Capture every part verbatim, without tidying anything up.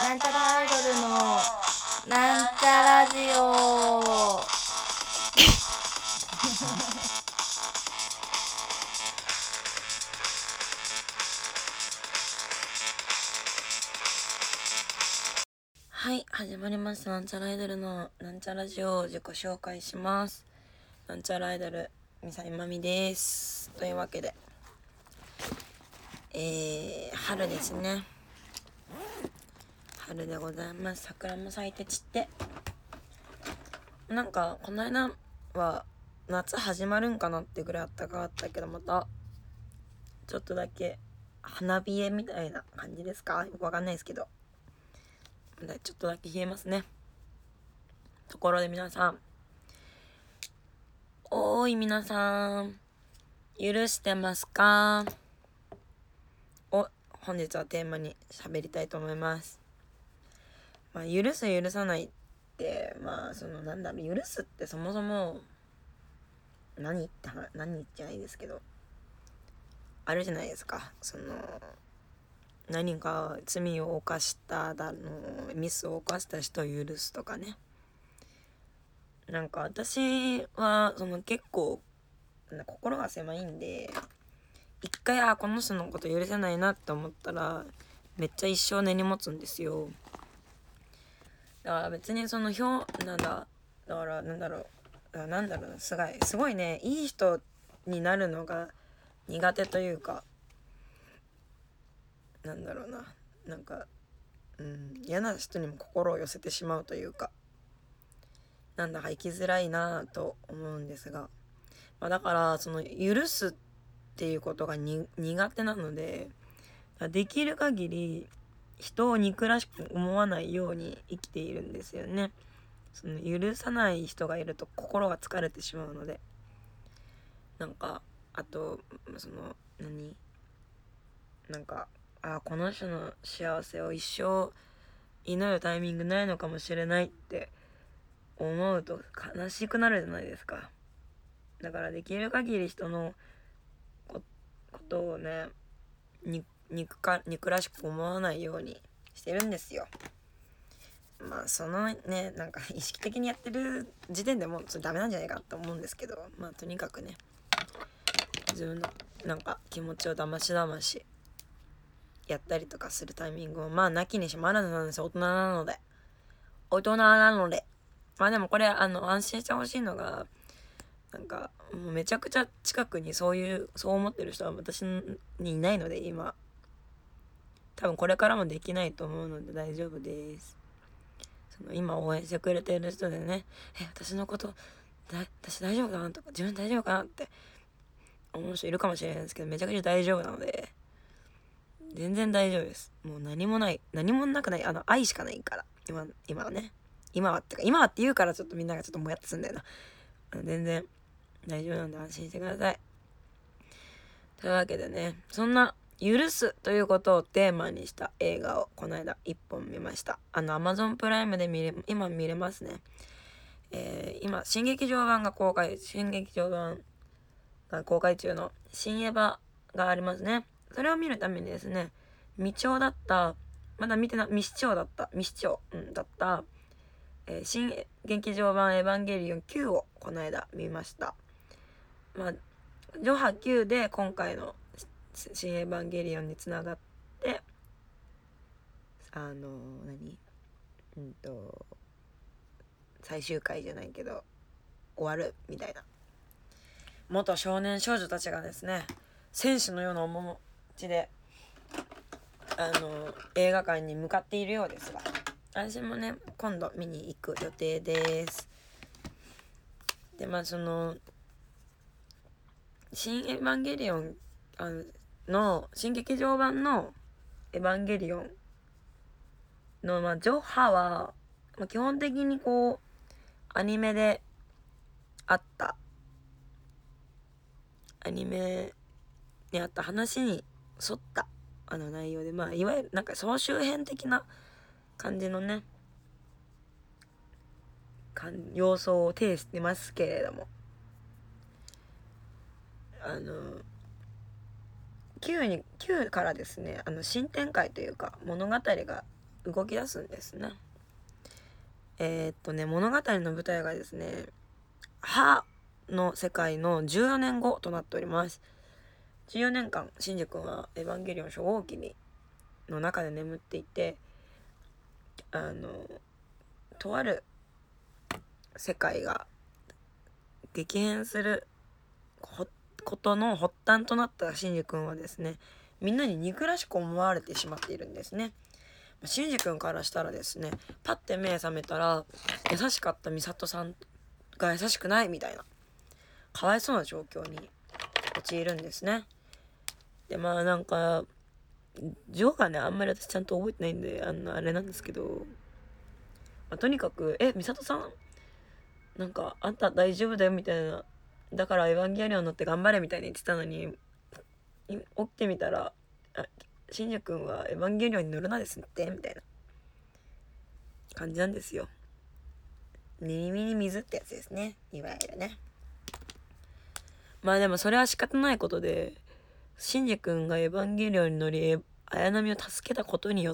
なんちゃらアイドルのなんちゃラジオはい、始まりました。なんちゃらアイドルのなんちゃラジオを自己紹介します。なんちゃらアイドルみさいまみです。というわけでえー、春ですね。春でございます。桜も咲いて散って、なんかこの間は夏始まるんかなってぐらいあったかかったけど、またちょっとだけ花冷えみたいな感じですか、よくわかんないですけど、ちょっとだけ冷えますね。ところで皆さん、おーい皆さん、許してますかを本日はテーマに喋りたいと思います。まあ許す許さないって、まあそのなんだろう、許すってそもそも何って何じゃないですけど、あるじゃないですか。その何か罪を犯しただのミスを犯した人を許すとかね。なんか私はその結構心が狭いんで、一回あこの人のこと許せないなって思ったらめっちゃ一生根に持つんですよ。だから別にその表なんだだからなんだろうなんだろうすごいすごいね、いい人になるのが苦手というか、なんだろうな、なんかうん嫌な人にも心を寄せてしまうというか、なんだか生きづらいなと思うんですが、まあ、だからその許すっていうことがに苦手なので、できる限り人を憎らしく思わないように生きているんですよね。その許さない人がいると心が疲れてしまうので、なんかあとその何なんかあこの人の幸せを一生祈るタイミングないのかもしれないって思うと悲しくなるじゃないですか。だからできる限り人の こ, ことをねに憎か憎らしく思わないようにしてるんですよ。まあそのねなんか意識的にやってる時点でもうそれダメなんじゃないかと思うんですけど、まあとにかくね自分のなんか気持ちをだましだましやったりとかするタイミングをまあなきにしもあらずなんですよ。大人なので大人なのでまあでもこれあの安心してほしいのが、なんかもうめちゃくちゃ近くにそういうそう思ってる人は私にいないので、今多分これからもできないと思うので大丈夫です。その今応援してくれている人でね、え私のことだ私大丈夫かなとか自分大丈夫かなって思う人いるかもしれないですけど、めちゃくちゃ大丈夫なので全然大丈夫です。もう何もない何もなくない、あの愛しかないから今今はね今はってか今はって言うからちょっとみんながちょっともやってすんだよな。全然大丈夫なんで安心してください。というわけでね、そんな許すということをテーマにした映画をこの間一本見ました。あの Amazon プライムで見れ今見れますね。えー、今新劇場版が公開新劇場版が公開中の新エヴァがありますね。それを見るためにですね、未調だったまだ見てな未視聴だった未視聴、うん、だった、えー、新劇場版エヴァンゲリオンきゅうをこの間見ました。まあジョハきゅうで今回の新エヴァンゲリオンにつながって、あの何うんと最終回じゃないけど終わるみたいな、元少年少女たちがですね戦士のような面持ちであの映画館に向かっているようですが、私もね今度見に行く予定です。でまあその新エヴァンゲリオンあのの新劇場版のエヴァンゲリオンの、まあ、ジョハは、まあ、基本的にこうアニメであったアニメにあった話に沿ったあの内容で、まあいわゆるなんか総集編的な感じのね様相を呈してますけれども、あのきゅうにきゅうからですね、あの新展開というか物語が動き出すんですね。えー、っとね物語の舞台がですね歯の世界のじゅうよねんごとなっております。じゅうよねんかんシンジ君はエヴァンゲリオン初号機にの中で眠っていて、あのとある世界が激変することの発端となったシンジ君はですね、みんなに憎らしく思われてしまっているんですね。シンジ君からしたらですね、パッて目覚めたら優しかった美里さんが優しくないみたいなかわいそうな状況に陥るんですね。でまあなんかジョーがねあんまり私ちゃんと覚えてないんであのあれなんですけど、まあ、とにかく「え美里さんなんかあんた大丈夫だよ」みたいな、だからエヴァンゲリオン乗って頑張れみたいに言ってたのに、起きてみたら「あシンジ君はエヴァンゲリオンに乗るなですって」みたいな感じなんですよ。耳に水ってやつですね、いわゆるね。まあでもそれは仕方ないことで、シンジ君がエヴァンゲリオンに乗り綾波を助けたことによって、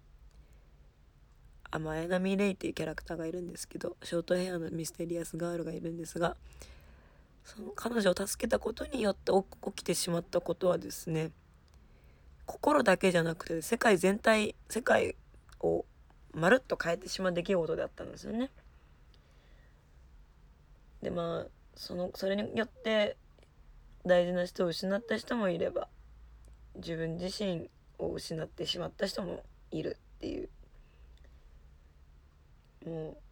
あまあ、綾波レイっていうキャラクターがいるんですけど、ショートヘアのミステリアスガールがいるんですが、その彼女を助けたことによって起きてしまったことはですね、心だけじゃなくて世界全体世界をまるっと変えてしまう出来事だったんですよね。でまあそのそれによって大事な人を失った人もいれば、自分自身を失ってしまった人もいるっていう、もう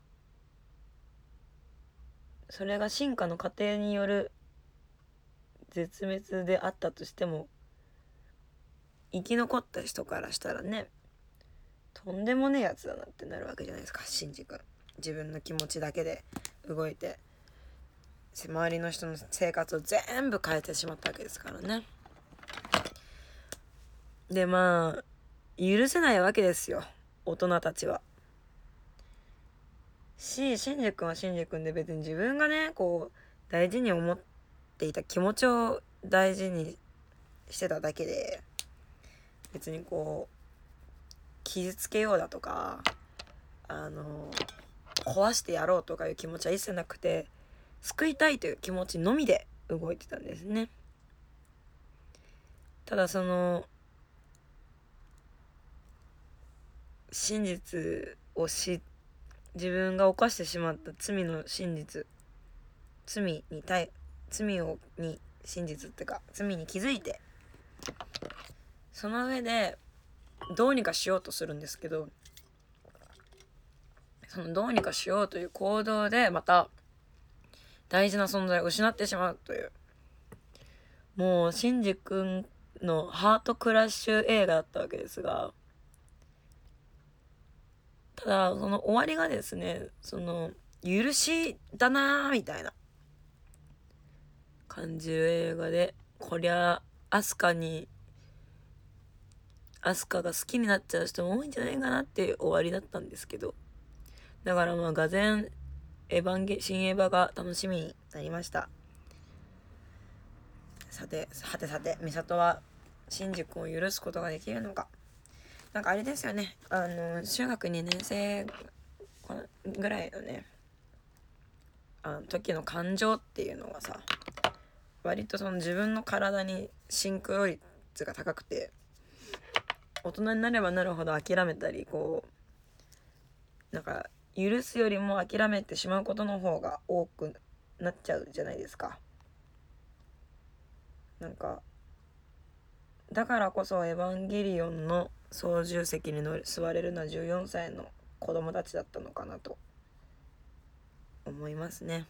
それが進化の過程による絶滅であったとしても、生き残った人からしたらね、とんでもねえやつだなってなるわけじゃないですか。シンジ君自分の気持ちだけで動いて周りの人の生活を全部変えてしまったわけですからね。でまあ許せないわけですよ大人たちは。しシンジ君はシンジ君で別に自分がねこう大事に思っていた気持ちを大事にしてただけで、別にこう傷つけようだとかあの壊してやろうとかいう気持ちは一切なくて、救いたいという気持ちのみで動いてたんですね。ただその真実を知自分が犯してしまった罪の真実、罪に対罪をに真実ってか罪に気づいて、その上でどうにかしようとするんですけど、そのどうにかしようという行動でまた大事な存在を失ってしまうという、もうシンジ君のハートクラッシュ映画だったわけですが、ただその終わりがですね、その許しだなーみたいな感じる映画で、こりゃアスカにアスカが好きになっちゃう人も多いんじゃないかなっていう終わりだったんですけど、だからまあがぜんエヴァンゲ新エヴァが楽しみになりました。さてさてさて美里はシンジ君を許すことができるのか。なんかあれですよね、あの中学にねん生ぐらいのねあの時の感情っていうのがさ、割とその自分の体にシンクロ率が高くて、大人になればなるほど諦めたり、こうなんか許すよりも諦めてしまうことの方が多くなっちゃうじゃないですか。なんかだからこそエヴァンゲリオンの操縦席に乗り座れるのはじゅうよんさいの子供たちだったのかなと思いますね。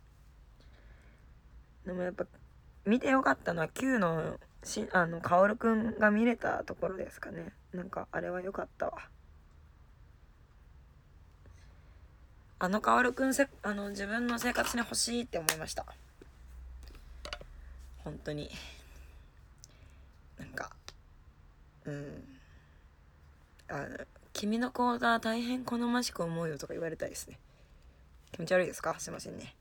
でもやっぱ見てよかったのはきゅうのしあのカオルくんが見れたところですかね。なんかあれは良かったわ。あのカオルくんせあの自分の生活に欲しいって思いました。本当になんかうんあの君の講座大変好ましく思うよとか言われたいですね。気持ち悪いですか、すいませんね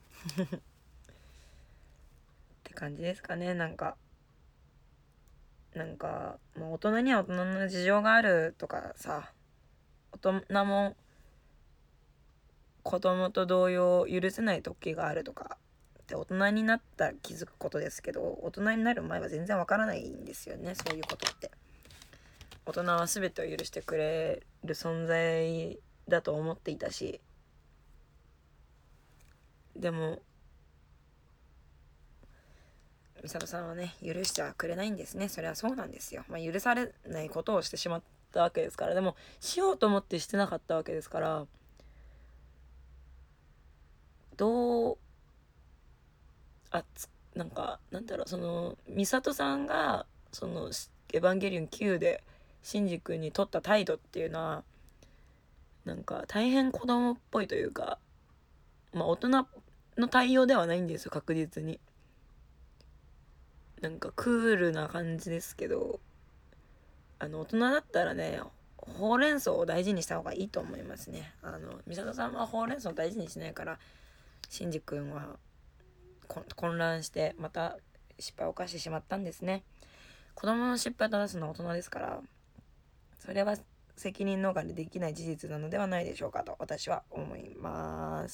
って感じですかね。なんかなんかもう大人には大人の事情があるとかさ、大人も子供と同様許せない時があるとかって大人になったら気づくことですけど、大人になる前は全然わからないんですよね、そういうことって。大人は全てを許してくれる存在だと思っていたし、でも美里さんはね許してはくれないんですね。それはそうなんですよ。まあ、許されないことをしてしまったわけですから。でもしようと思ってしてなかったわけですから、どうあつなんかなんだろう、その美里さんがそのエヴァンゲリオンきゅうでシンジ君に取った態度っていうのはなんか大変子供っぽいというか、まあ大人の対応ではないんですよ、確実に。なんかクールな感じですけど、あの大人だったらね、ほうれん草を大事にした方がいいと思いますね。あの美里さんはほうれん草を大事にしないから、シンジ君は混乱してまた失敗を犯してしまったんですね。子供の失敗を正すのは大人ですから、それは責任逃れできない事実なのではないでしょうかと私は思います。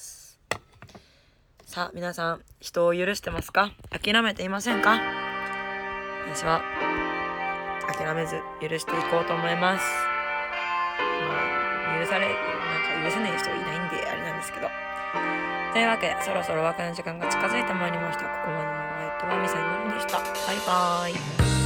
さあ皆さん、人を許してますか？諦めていませんか？私は諦めず許していこうと思います。まあ許されなんか許せない人いないんであれなんですけど、というわけでそろそろお別れの時間が近づいてまいりました。ここまでのお相手はミサイマルでした。バイバーイ。